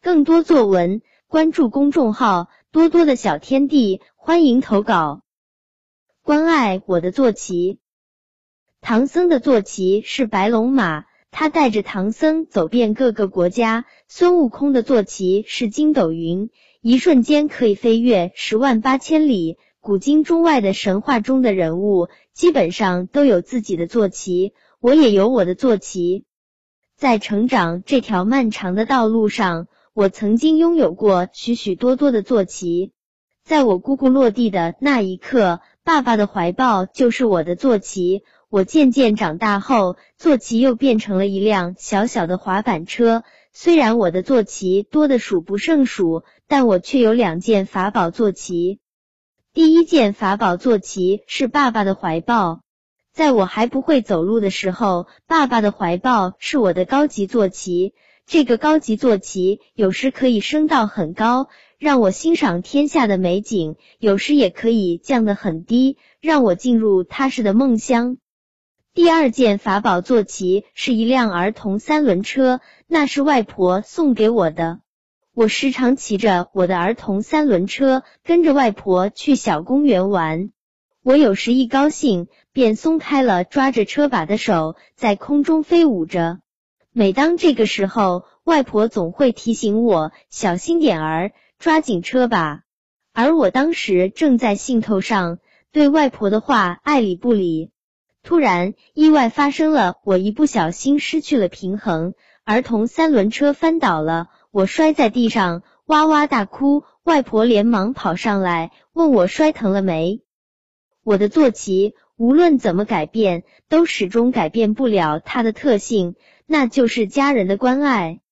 更多作文，关注公众号多多的小天地，欢迎投稿。关爱我的坐骑。唐僧的坐骑是白龙马，他带着唐僧走遍各个国家。孙悟空的坐骑是筋斗云，一瞬间可以飞越108000里。古今中外的神话中的人物基本上都有自己的坐骑，我也有我的坐骑。在成长这条漫长的道路上，我曾经拥有过许许多多的坐骑。在我姑姑落地的那一刻，爸爸的怀抱就是我的坐骑。我渐渐长大后，坐骑又变成了一辆小小的滑板车。虽然我的坐骑多得数不胜数，但我却有2件法宝坐骑。第一件法宝坐骑是爸爸的怀抱。在我还不会走路的时候，爸爸的怀抱是我的高级坐骑。这个高级坐骑有时可以升到很高，让我欣赏天下的美景，有时也可以降得很低，让我进入踏实的梦乡。第二件法宝坐骑是一辆儿童3轮车，那是外婆送给我的。我时常骑着我的儿童3轮车，跟着外婆去小公园玩。我有时一高兴，便松开了抓着车把的手，在空中飞舞着。每当这个时候，外婆总会提醒我，小心点儿，抓紧车把。而我当时正在兴头上，对外婆的话爱理不理。突然，意外发生了，我一不小心失去了平衡，儿童3轮车翻倒了，我摔在地上，哇哇大哭。外婆连忙跑上来，问我摔疼了没。我的坐骑无论怎么改变，都始终改变不了它的特性，那就是家人的关爱。